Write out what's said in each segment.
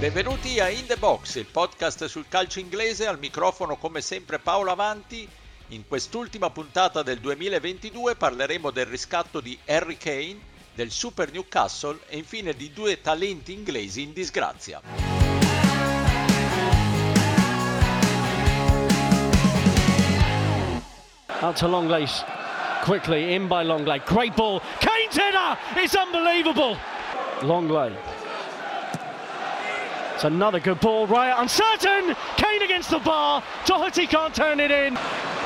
Benvenuti a In The Box, il podcast sul calcio inglese, al microfono come sempre Paolo Avanti. In quest'ultima puntata del 2022 parleremo del riscatto di Harry Kane, del Super Newcastle e infine di due talenti inglesi in disgrazia. Out to Longley, quickly in by Longley, great ball, Kane's header, it's unbelievable. Longley, it's another good ball, right, uncertain, Kane against the bar, Doherty can't turn it in.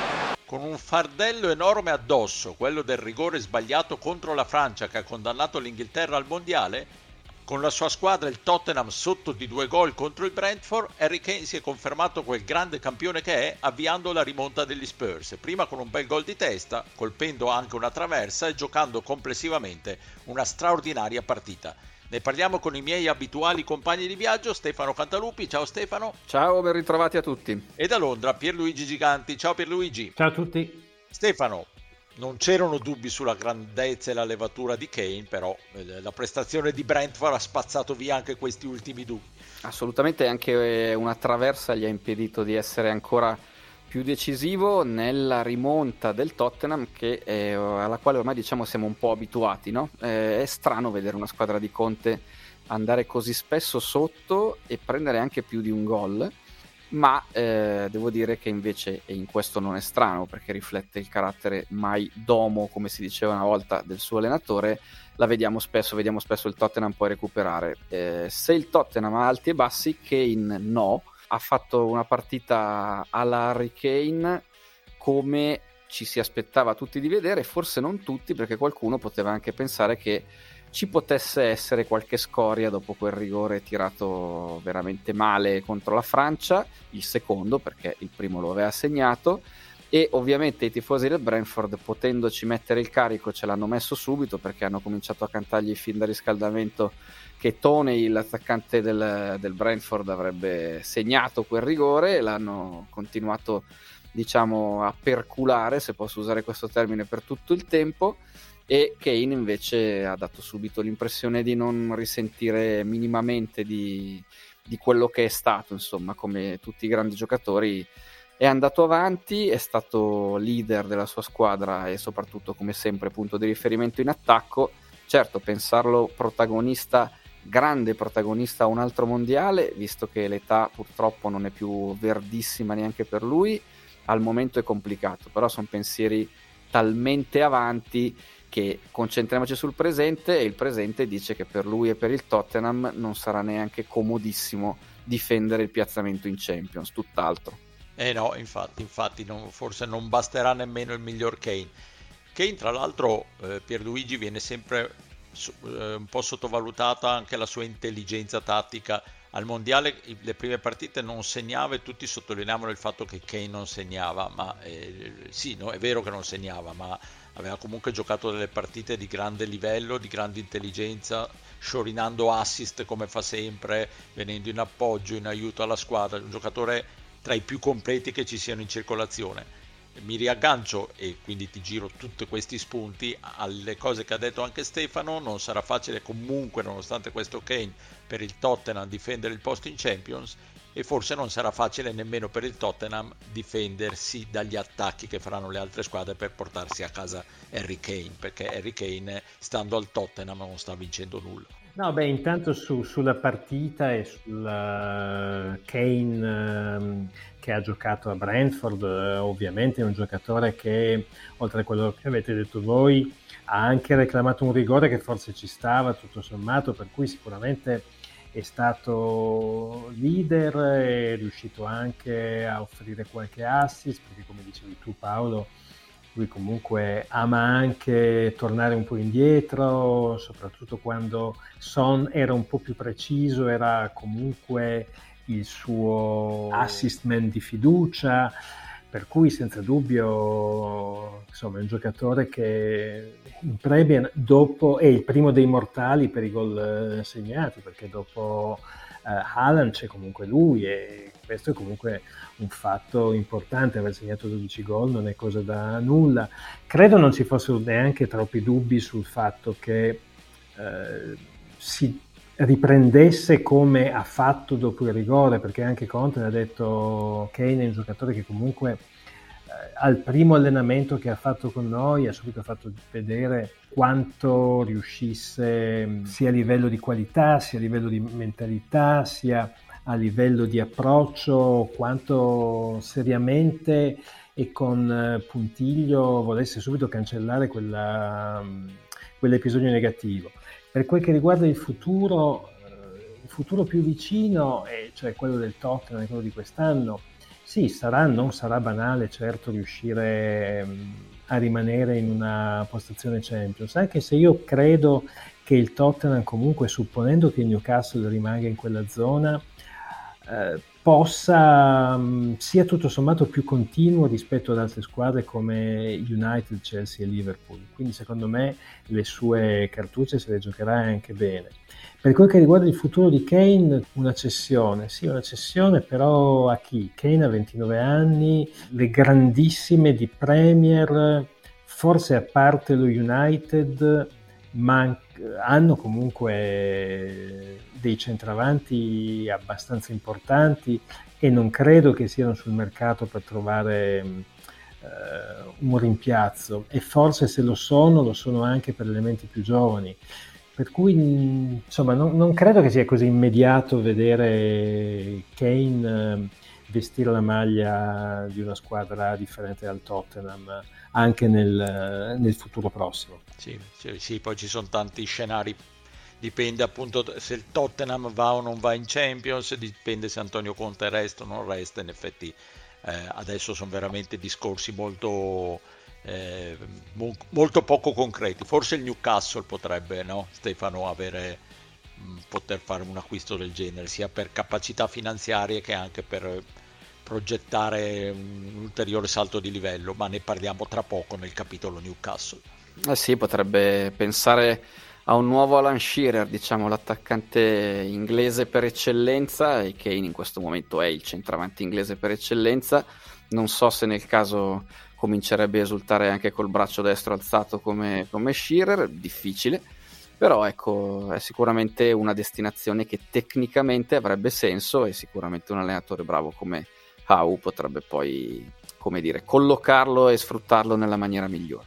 Con un fardello enorme addosso, quello del rigore sbagliato contro la Francia che ha condannato l'Inghilterra al mondiale, con la sua squadra il Tottenham sotto di 2 gol contro il Brentford, Harry Kane si è confermato quel grande campione che è, avviando la rimonta degli Spurs, prima con un bel gol di testa, colpendo anche una traversa e giocando complessivamente una straordinaria partita. Ne parliamo con i miei abituali compagni di viaggio, Stefano Cantalupi. Ciao Stefano. Ciao, ben ritrovati a tutti. E da Londra Pierluigi Giganti. Ciao Pierluigi. Ciao a tutti. Stefano, non c'erano dubbi sulla grandezza e la levatura di Kane, però la prestazione di Brentford ha spazzato via anche questi ultimi dubbi. Assolutamente, anche una traversa gli ha impedito di essere ancora più decisivo nella rimonta del Tottenham alla quale ormai diciamo siamo un po' abituati, no? È strano vedere una squadra di Conte andare così spesso sotto e prendere anche più di un gol, ma devo dire che invece, e in questo non è strano perché riflette il carattere mai domo, come si diceva una volta, del suo allenatore, vediamo spesso il Tottenham poi recuperare. Se il Tottenham ha alti e bassi, Kane no, ha fatto una partita alla Harry Kane come ci si aspettava tutti di vedere, forse non tutti, perché qualcuno poteva anche pensare che ci potesse essere qualche scoria dopo quel rigore tirato veramente male contro la Francia, il secondo perché il primo lo aveva segnato, e ovviamente i tifosi del Brentford, potendoci mettere il carico, ce l'hanno messo subito perché hanno cominciato a cantargli fin da riscaldamento che Toney, l'attaccante del Brentford, avrebbe segnato quel rigore, e l'hanno continuato diciamo a perculare, se posso usare questo termine, per tutto il tempo. E Kane invece ha dato subito l'impressione di non risentire minimamente di quello che è stato, insomma, come tutti i grandi giocatori. È andato avanti, è stato leader della sua squadra e soprattutto, come sempre, punto di riferimento in attacco. Certo, pensarlo grande protagonista a un altro mondiale, visto che l'età purtroppo non è più verdissima neanche per lui, al momento è complicato, però sono pensieri talmente avanti che concentriamoci sul presente, e il presente dice che per lui e per il Tottenham non sarà neanche comodissimo difendere il piazzamento in Champions, tutt'altro. No, infatti forse non basterà nemmeno il miglior Kane. Kane, tra l'altro, Pierluigi, viene sempre un po' sottovalutata anche la sua intelligenza tattica. Al mondiale le prime partite non segnava e tutti sottolineavano il fatto che Kane non segnava, ma sì, no, è vero che non segnava, ma aveva comunque giocato delle partite di grande livello, di grande intelligenza, sciorinando assist come fa sempre, venendo in appoggio, in aiuto alla squadra, un giocatore tra i più completi che ci siano in circolazione. Mi riaggancio, e quindi ti giro tutti questi spunti, alle cose che ha detto anche Stefano. Non sarà facile comunque, nonostante questo Kane, per il Tottenham difendere il posto in Champions, e forse non sarà facile nemmeno per il Tottenham difendersi dagli attacchi che faranno le altre squadre per portarsi a casa Harry Kane, perché Harry Kane, stando al Tottenham, non sta vincendo nulla. No, beh, intanto sulla partita e sul Kane che ha giocato a Brentford, ovviamente è un giocatore che, oltre a quello che avete detto voi, ha anche reclamato un rigore che forse ci stava tutto sommato, per cui sicuramente è stato leader, è riuscito anche a offrire qualche assist, perché come dicevi tu Paolo, lui comunque ama anche tornare un po' indietro, soprattutto quando Son era un po' più preciso, era comunque il suo assist man di fiducia, per cui senza dubbio insomma è un giocatore che in Premier dopo è il primo dei mortali per i gol segnati, perché dopo Haaland c'è comunque lui, e questo è comunque un fatto importante. Aver segnato 12 gol non è cosa da nulla. Credo non ci fossero neanche troppi dubbi sul fatto che si riprendesse come ha fatto dopo il rigore, perché anche Conte ha detto Kane è un giocatore che comunque al primo allenamento che ha fatto con noi ha subito fatto vedere quanto riuscisse sia a livello di qualità, sia a livello di mentalità, sia a livello di approccio, quanto seriamente e con puntiglio volesse subito cancellare quell'episodio negativo. Per quel che riguarda il futuro più vicino, cioè quello del Tottenham, quello di quest'anno, sì, non sarà banale certo riuscire a rimanere in una postazione Champions, anche se io credo che il Tottenham comunque, supponendo che il Newcastle rimanga in quella zona, possa sia tutto sommato più continuo rispetto ad altre squadre come United, Chelsea e Liverpool, quindi secondo me le sue cartucce se le giocherà anche bene. Per quel che riguarda il futuro di Kane, una cessione però a chi? Kane ha 29 anni, le grandissime di Premier, forse a parte lo United, ma hanno comunque dei centravanti abbastanza importanti e non credo che siano sul mercato per trovare un rimpiazzo, e forse se lo sono anche per elementi più giovani. Per cui insomma non credo che sia così immediato vedere Kane vestire la maglia di una squadra differente dal Tottenham anche nel futuro prossimo. Sì, poi ci sono tanti scenari, dipende appunto se il Tottenham va o non va in Champions, dipende se Antonio Conte resta o non resta. In effetti adesso sono veramente discorsi molto poco concreti. Forse il Newcastle potrebbe, no, Stefano, poter fare un acquisto del genere, sia per capacità finanziarie che anche per progettare un ulteriore salto di livello, ma ne parliamo tra poco nel capitolo Newcastle. Sì, potrebbe pensare a un nuovo Alan Shearer, diciamo l'attaccante inglese per eccellenza, e Kane in questo momento è il centravanti inglese per eccellenza. Non so se nel caso comincerebbe a esultare anche col braccio destro alzato come Shearer, difficile, però ecco, è sicuramente una destinazione che tecnicamente avrebbe senso, e sicuramente un allenatore bravo come Howe potrebbe poi, come dire, collocarlo e sfruttarlo nella maniera migliore.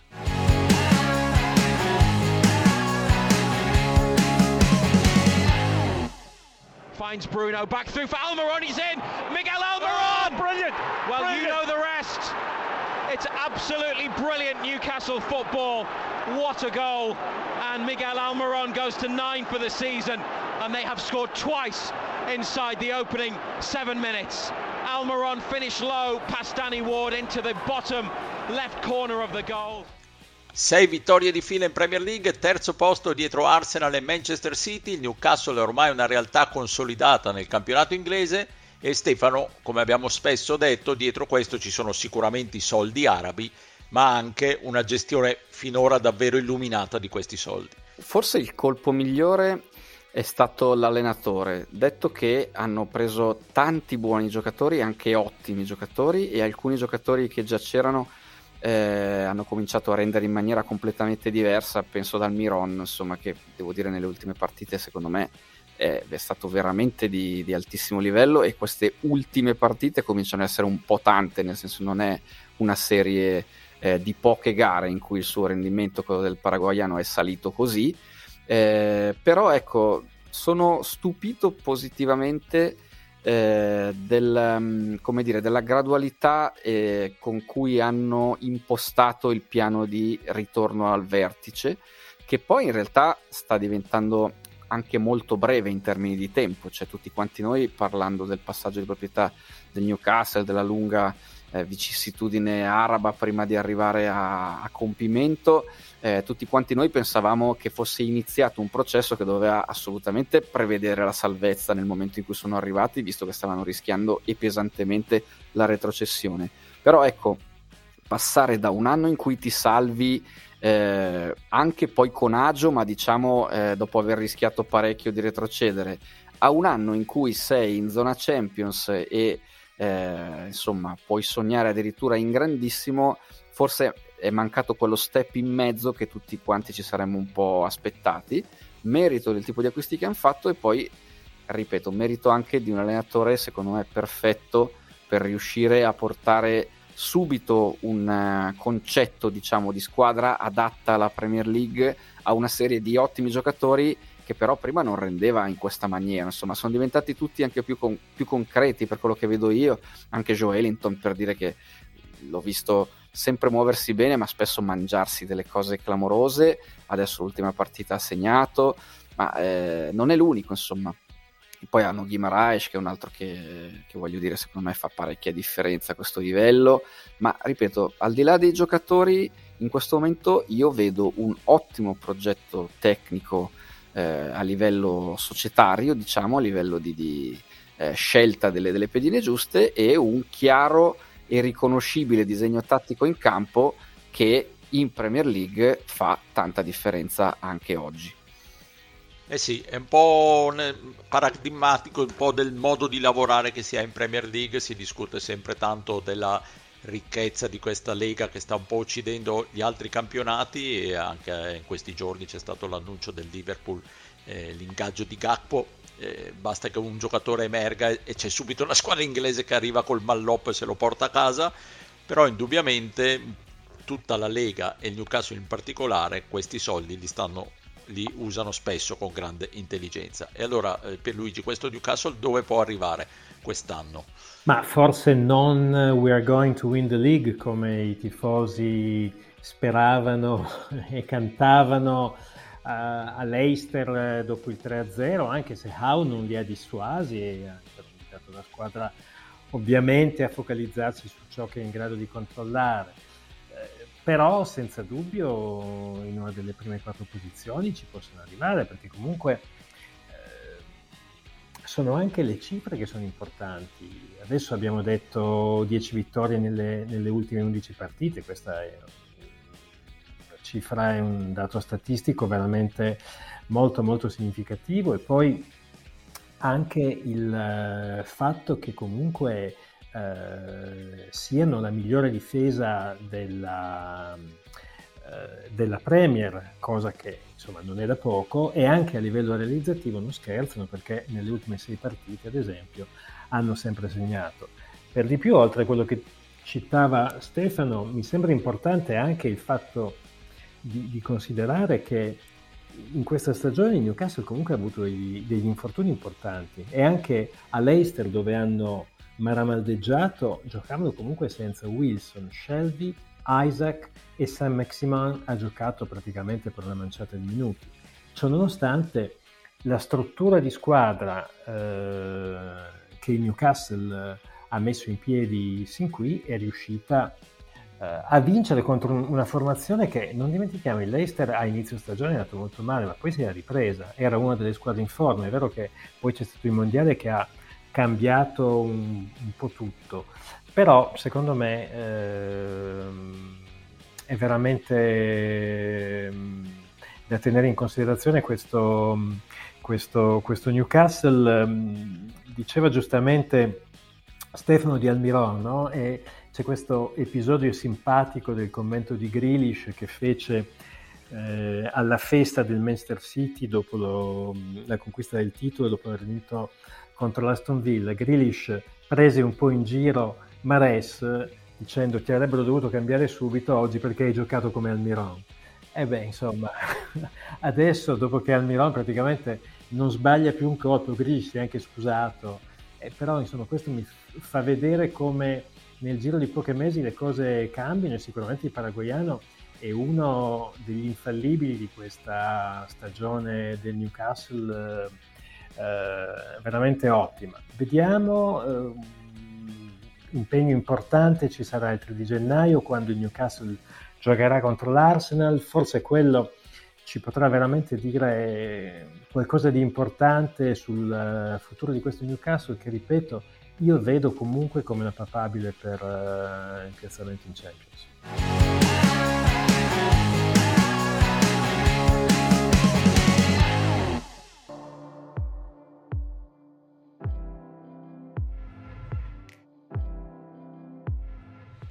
Finds Bruno, back through for Almiron, he's in! Miguel Almiron! Oh, brilliant! Well, brilliant. You know the rest. It's absolutely brilliant Newcastle football. What a goal! And Miguel Almiron goes to 9 for the season, and they have scored twice inside the opening 7 minutes. Almiron finished low past Danny Ward into the bottom left corner of the goal. 6 vittorie di fila in Premier League, terzo posto dietro Arsenal e Manchester City. Il Newcastle è ormai una realtà consolidata nel campionato inglese, e Stefano, come abbiamo spesso detto, dietro questo ci sono sicuramente i soldi arabi, ma anche una gestione finora davvero illuminata di questi soldi. Forse il colpo migliore è stato l'allenatore, detto che hanno preso tanti buoni giocatori, anche ottimi giocatori, e alcuni giocatori che già c'erano hanno cominciato a rendere in maniera completamente diversa. Penso ad Almiron, insomma, che devo dire nelle ultime partite secondo me è stato veramente di altissimo livello, e queste ultime partite cominciano ad essere un po' tante, nel senso non è una serie di poche gare in cui il suo rendimento, quello del paraguayano, è salito così, però ecco, sono stupito positivamente della gradualità con cui hanno impostato il piano di ritorno al vertice, che poi in realtà sta diventando anche molto breve in termini di tempo. Cioè, tutti quanti noi, parlando del passaggio di proprietà del Newcastle, della lunga vicissitudine araba prima di arrivare a compimento, tutti quanti noi pensavamo che fosse iniziato un processo che doveva assolutamente prevedere la salvezza nel momento in cui sono arrivati, visto che stavano rischiando e pesantemente la retrocessione. Però ecco, passare da un anno in cui ti salvi anche poi con agio, ma diciamo dopo aver rischiato parecchio di retrocedere, a un anno in cui sei in zona Champions e insomma puoi sognare addirittura in grandissimo, forse è mancato quello step in mezzo che tutti quanti ci saremmo un po' aspettati, merito del tipo di acquisti che hanno fatto, e poi ripeto, merito anche di un allenatore secondo me perfetto per riuscire a portare subito un concetto, diciamo, di squadra adatta alla Premier League a una serie di ottimi giocatori che però prima non rendeva in questa maniera. Insomma, sono diventati tutti anche più concreti per quello che vedo io, anche Joe Ellington, per dire, che l'ho visto sempre muoversi bene ma spesso mangiarsi delle cose clamorose. Adesso l'ultima partita ha segnato, ma non è l'unico, insomma. E poi hanno Guimaraes, che è un altro che voglio dire, secondo me fa parecchia differenza a questo livello. Ma ripeto, al di là dei giocatori, in questo momento io vedo un ottimo progetto tecnico a livello societario, diciamo, a livello di scelta delle pedine giuste, e un chiaro e riconoscibile disegno tattico in campo che in Premier League fa tanta differenza anche oggi. Eh sì, è un po' paradigmatico un po' del modo di lavorare che si ha in Premier League. Si discute sempre tanto della ricchezza di questa lega che sta un po' uccidendo gli altri campionati, e anche in questi giorni c'è stato l'annuncio del Liverpool, l'ingaggio di Gakpo. Basta che un giocatore emerga e c'è subito una squadra inglese che arriva col malloppo e se lo porta a casa. Però indubbiamente tutta la Lega e il Newcastle in particolare questi soldi li usano spesso con grande intelligenza. E allora, Pierluigi, questo Newcastle dove può arrivare quest'anno? Ma forse non we are going to win the league come i tifosi speravano e cantavano all'Eister dopo il 3-0, anche se Howe non li ha dissuasi e ha invitato la squadra ovviamente a focalizzarsi su ciò che è in grado di controllare. Però senza dubbio in una delle prime 4 posizioni ci possono arrivare, perché comunque sono anche le cifre che sono importanti. Adesso abbiamo detto 10 vittorie nelle ultime 11 partite, questa è una cifra, è un dato statistico veramente molto molto significativo, e poi anche il fatto che comunque siano la migliore difesa della Premier, cosa che insomma non è da poco, e anche a livello realizzativo non scherzano, perché nelle ultime 6 partite ad esempio hanno sempre segnato. Per di più, oltre a quello che citava Stefano, mi sembra importante anche il fatto di considerare che in questa stagione il Newcastle comunque ha avuto degli infortuni importanti, e anche all'Eister, dove hanno maramaldeggiato, giocavano comunque senza Wilson, Shelby, Isaac, e Saint-Maximin ha giocato praticamente per una manciata di minuti. Ciononostante, la struttura di squadra che il Newcastle ha messo in piedi sin qui è riuscita a vincere contro una formazione che, non dimentichiamo, il Leicester a inizio stagione è andato molto male, ma poi si era ripresa, era una delle squadre in forma. È vero che poi c'è stato il mondiale che ha cambiato un po' tutto, però secondo me è veramente da tenere in considerazione questo Newcastle. Diceva giustamente Stefano di Almiron, no? E c'è questo episodio simpatico del commento di Grealish che fece alla festa del Manchester City dopo la conquista del titolo, dopo aver vinto contro l'Aston Villa. Grealish prese un po' in giro Mahrez dicendo: ti avrebbero dovuto cambiare subito oggi perché hai giocato come Almiron. E beh, insomma, adesso dopo che Almiron praticamente non sbaglia più un colpo, Grealish si è anche scusato, però insomma questo mi fa vedere come nel giro di pochi mesi le cose cambiano, e sicuramente il paraguaiano è uno degli infallibili di questa stagione del Newcastle, veramente ottima. Vediamo, impegno importante ci sarà il 3 di gennaio, quando il Newcastle giocherà contro l'Arsenal. Forse quello ci potrà veramente dire qualcosa di importante sul futuro di questo Newcastle, che, ripeto, io vedo comunque come una papabile per il piazzamento in Champions.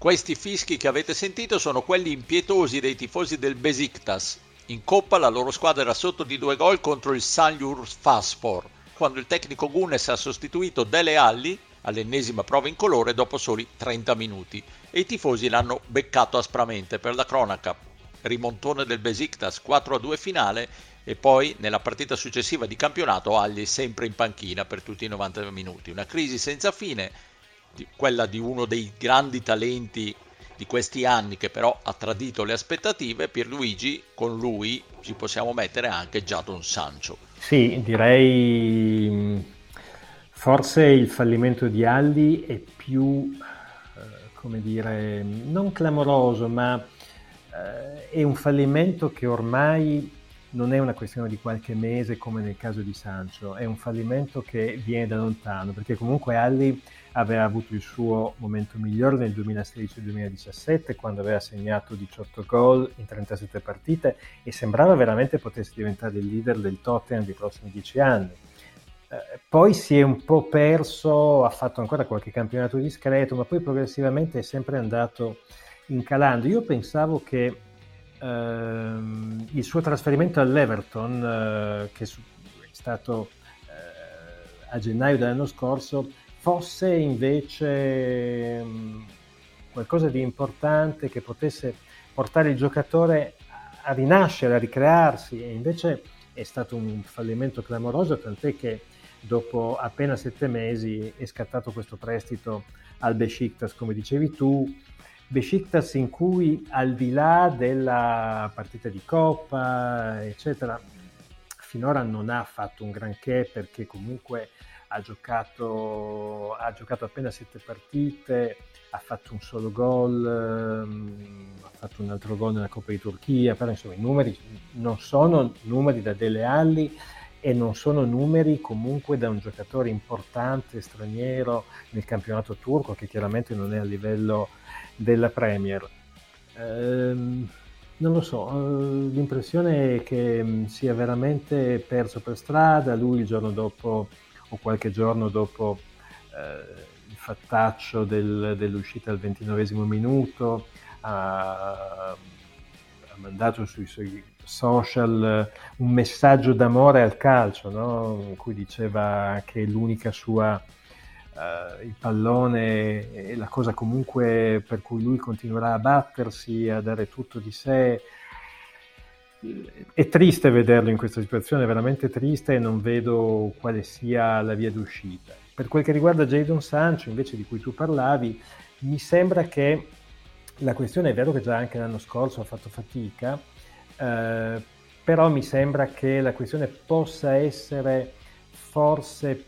Questi fischi che avete sentito sono quelli impietosi dei tifosi del Beşiktaş. In Coppa la loro squadra era sotto di 2 gol contro il Sanliurfaspor, quando il tecnico Gunes ha sostituito Dele Alli all'ennesima prova incolore dopo soli 30 minuti e i tifosi l'hanno beccato aspramente. Per la cronaca, rimontone del Beşiktaş 4-2 finale, e poi nella partita successiva di campionato Alli sempre in panchina per tutti i 90 minuti. Una crisi senza fine, quella di uno dei grandi talenti di questi anni che però ha tradito le aspettative. Pierluigi, con lui ci possiamo mettere anche Jadon Sancho. Sì, direi forse il fallimento di Alli è più, come dire, non clamoroso, ma è un fallimento che ormai non è una questione di qualche mese come nel caso di Sancho, è un fallimento che viene da lontano, perché comunque Alli aveva avuto il suo momento migliore nel 2016-2017 quando aveva segnato 18 gol in 37 partite e sembrava veramente potesse diventare il leader del Tottenham dei prossimi 10 anni. Poi si è un po' perso, ha fatto ancora qualche campionato discreto, ma poi progressivamente è sempre andato incalando. Io pensavo che il suo trasferimento all'Everton, che è stato a gennaio dell'anno scorso, fosse invece qualcosa di importante che potesse portare il giocatore a rinascere, a ricrearsi, e invece è stato un fallimento clamoroso, tant'è che dopo appena 7 mesi è scattato questo prestito al Beşiktaş, come dicevi tu, Beşiktaş in cui, al di là della partita di Coppa, eccetera, finora non ha fatto un granché, perché comunque ha giocato appena 7 partite, ha fatto un solo gol, ha fatto un altro gol nella Coppa di Turchia, però insomma i numeri non sono numeri da Dele Alli e non sono numeri comunque da un giocatore importante straniero nel campionato turco, che chiaramente non è a livello della Premier. Non lo so, l'impressione è che sia veramente perso per strada. Lui il giorno dopo o qualche giorno dopo il fattaccio dell'uscita al 29esimo minuto ha mandato sui suoi social un messaggio d'amore al calcio, no? In cui diceva che l'unica sua il pallone è la cosa comunque per cui lui continuerà a battersi, a dare tutto di sé. È triste vederlo in questa situazione, è veramente triste, e non vedo quale sia la via d'uscita. Per quel che riguarda Jadon Sancho, invece, di cui tu parlavi, mi sembra che la questione, è vero che già anche l'anno scorso ha fatto fatica, però mi sembra che la questione possa essere forse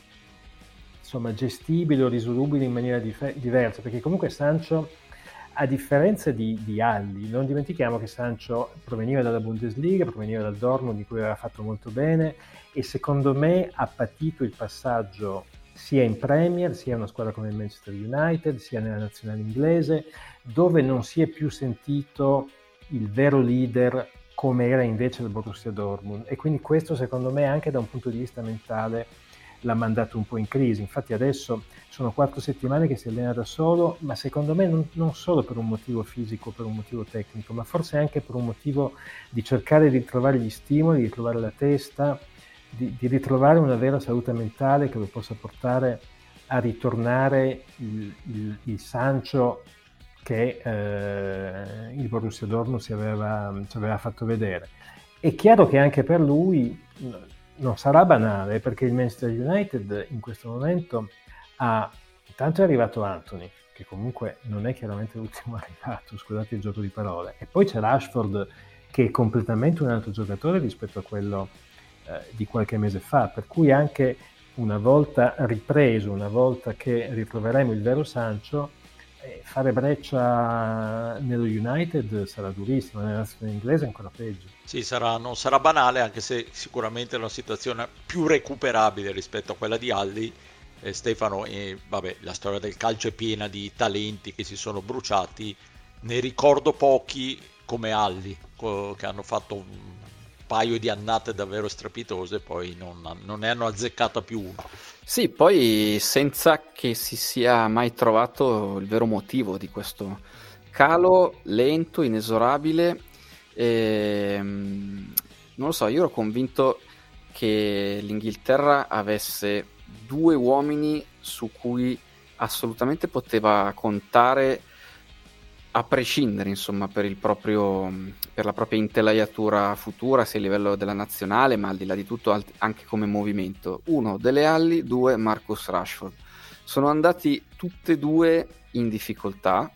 gestibile o risolubile in maniera diversa, perché comunque Sancho, a differenza di Alli, non dimentichiamo che Sancho proveniva dalla Bundesliga, proveniva dal Dortmund, di cui aveva fatto molto bene, e secondo me ha patito il passaggio sia in Premier, sia in una squadra come il Manchester United, sia nella nazionale inglese, dove non si è più sentito il vero leader come era invece il Borussia Dortmund, e quindi questo secondo me anche da un punto di vista mentale l'ha mandato un po' in crisi. Infatti adesso sono 4 settimane che si allena da solo, ma secondo me non solo per un motivo fisico, per un motivo tecnico, ma forse anche per un motivo di cercare di ritrovare gli stimoli, di ritrovare la testa, di ritrovare una vera salute mentale che lo possa portare a ritornare il Sancho che il Borussia Dortmund ci aveva fatto vedere. È chiaro che anche per lui non sarà banale, perché il Manchester United in questo momento intanto è arrivato Antony, che comunque non è chiaramente l'ultimo arrivato, scusate il gioco di parole, e poi c'è Rashford, che è completamente un altro giocatore rispetto a quello di qualche mese fa, per cui anche una volta ripreso, una volta che ritroveremo il vero Sancho, fare breccia nello United sarà durissimo, nella nazione inglese ancora peggio. Sì, non sarà banale, anche se sicuramente è una situazione più recuperabile rispetto a quella di Alli. Stefano, vabbè, la storia del calcio è piena di talenti che si sono bruciati, ne ricordo pochi come Alli, che hanno fatto paio di annate davvero strepitose, poi non ne hanno azzeccata più una. Sì, poi senza che si sia mai trovato il vero motivo di questo calo lento, inesorabile. Non lo so, io ero convinto che l'Inghilterra avesse due uomini su cui assolutamente poteva contare a prescindere, insomma, per la propria intelaiatura futura, sia a livello della nazionale, ma al di là di tutto anche come movimento. Uno, Dele Alli, due, Marcus Rashford. Sono andati tutte e due in difficoltà,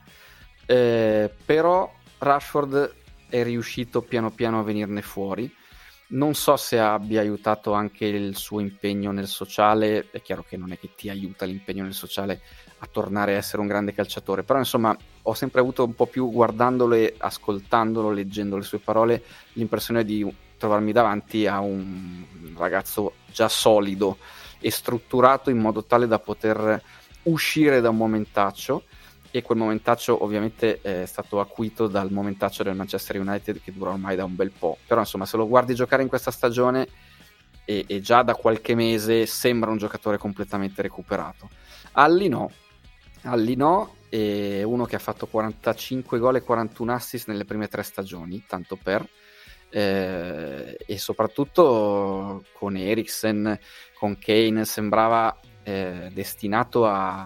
però Rashford è riuscito piano piano a venirne fuori. Non so se abbia aiutato anche il suo impegno nel sociale. È chiaro che non è che ti aiuta l'impegno nel sociale a tornare a essere un grande calciatore, però insomma ho sempre avuto un po' più, guardandolo e ascoltandolo, leggendo le sue parole, l'impressione di trovarmi davanti a un ragazzo già solido e strutturato in modo tale da poter uscire da un momentaccio, e quel momentaccio ovviamente è stato acuito dal momentaccio del Manchester United, che dura ormai da un bel po', però insomma se lo guardi giocare in questa stagione e già da qualche mese sembra un giocatore completamente recuperato. Alli no, è uno che ha fatto 45 gol e 41 assist nelle prime 3 stagioni, tanto per, e soprattutto con Eriksen, con Kane, sembrava destinato a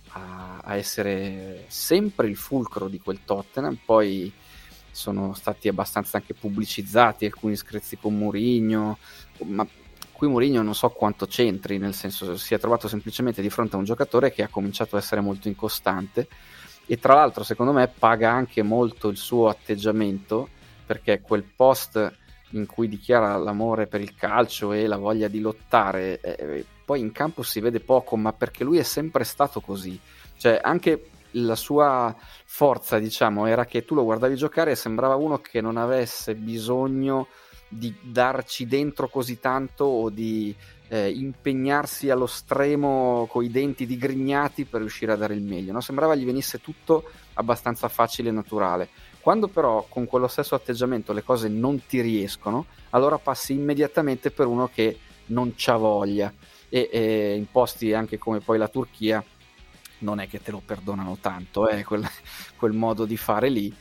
essere sempre il fulcro di quel Tottenham. Poi sono stati abbastanza anche pubblicizzati alcuni screzi con Mourinho, ma qui Mourinho non so quanto c'entri, nel senso si è trovato semplicemente di fronte a un giocatore che ha cominciato a essere molto incostante, e tra l'altro secondo me paga anche molto il suo atteggiamento, perché quel post in cui dichiara l'amore per il calcio e la voglia di lottare, poi in campo si vede poco, ma perché lui è sempre stato così. Cioè anche la sua forza, diciamo, era che tu lo guardavi giocare e sembrava uno che non avesse bisogno di darci dentro così tanto o di impegnarsi allo stremo coi denti digrignati per riuscire a dare il meglio, no? Sembrava gli venisse tutto abbastanza facile e naturale. Quando però con quello stesso atteggiamento le cose non ti riescono, allora passi immediatamente per uno che non c'ha voglia, e in posti anche come poi la Turchia non è che te lo perdonano tanto, quel modo di fare lì.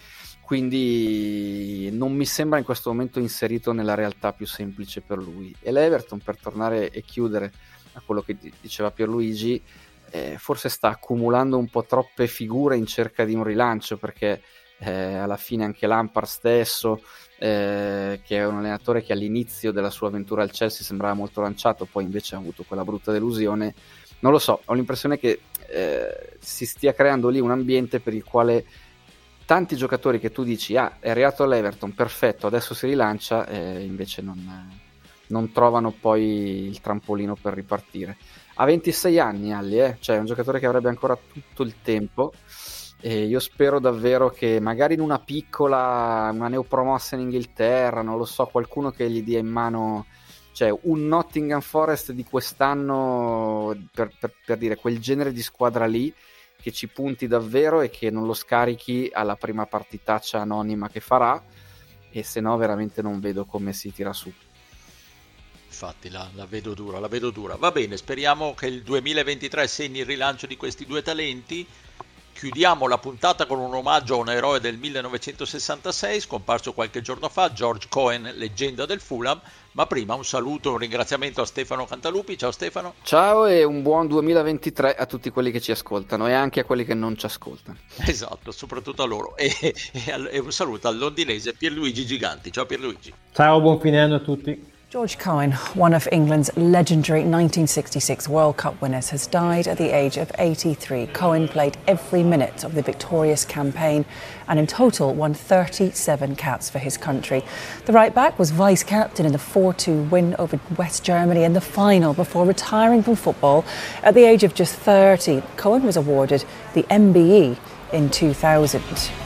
Quindi non mi sembra in questo momento inserito nella realtà più semplice per lui. E l'Everton, per tornare e chiudere a quello che diceva Pierluigi, forse sta accumulando un po' troppe figure in cerca di un rilancio, perché alla fine anche Lampard stesso, che è un allenatore che all'inizio della sua avventura al Chelsea sembrava molto lanciato, poi invece ha avuto quella brutta delusione. Non lo so, ho l'impressione che si stia creando lì un ambiente per il quale tanti giocatori che tu dici è arrivato all'Everton, perfetto, adesso si rilancia, invece non trovano poi il trampolino per ripartire. Ha 26 anni Alli, cioè è un giocatore che avrebbe ancora tutto il tempo, e io spero davvero che magari in una neopromossa in Inghilterra, non lo so, qualcuno che gli dia in mano, cioè un Nottingham Forest di quest'anno, per dire quel genere di squadra lì, che ci punti davvero e che non lo scarichi alla prima partitaccia anonima che farà, e se no veramente non vedo come si tira su. Infatti la vedo dura. Va bene, speriamo che il 2023 segni il rilancio di questi due talenti. Chiudiamo la puntata con un omaggio a un eroe del 1966 scomparso qualche giorno fa, George Cohen, leggenda del Fulham. Ma prima un saluto e un ringraziamento a Stefano Cantalupi. Ciao Stefano. Ciao e un buon 2023 a tutti quelli che ci ascoltano e anche a quelli che non ci ascoltano. Esatto, soprattutto a loro. E un saluto al londinese Pierluigi Giganti. Ciao Pierluigi. Ciao, buon fine anno a tutti. George Cohen, one of England's legendary 1966 World Cup winners, has died at the age of 83. Cohen played every minute of the victorious campaign and in total won 37 caps for his country. The right-back was vice-captain in the 4-2 win over West Germany in the final before retiring from football at the age of just 30. Cohen was awarded the MBE in 2000.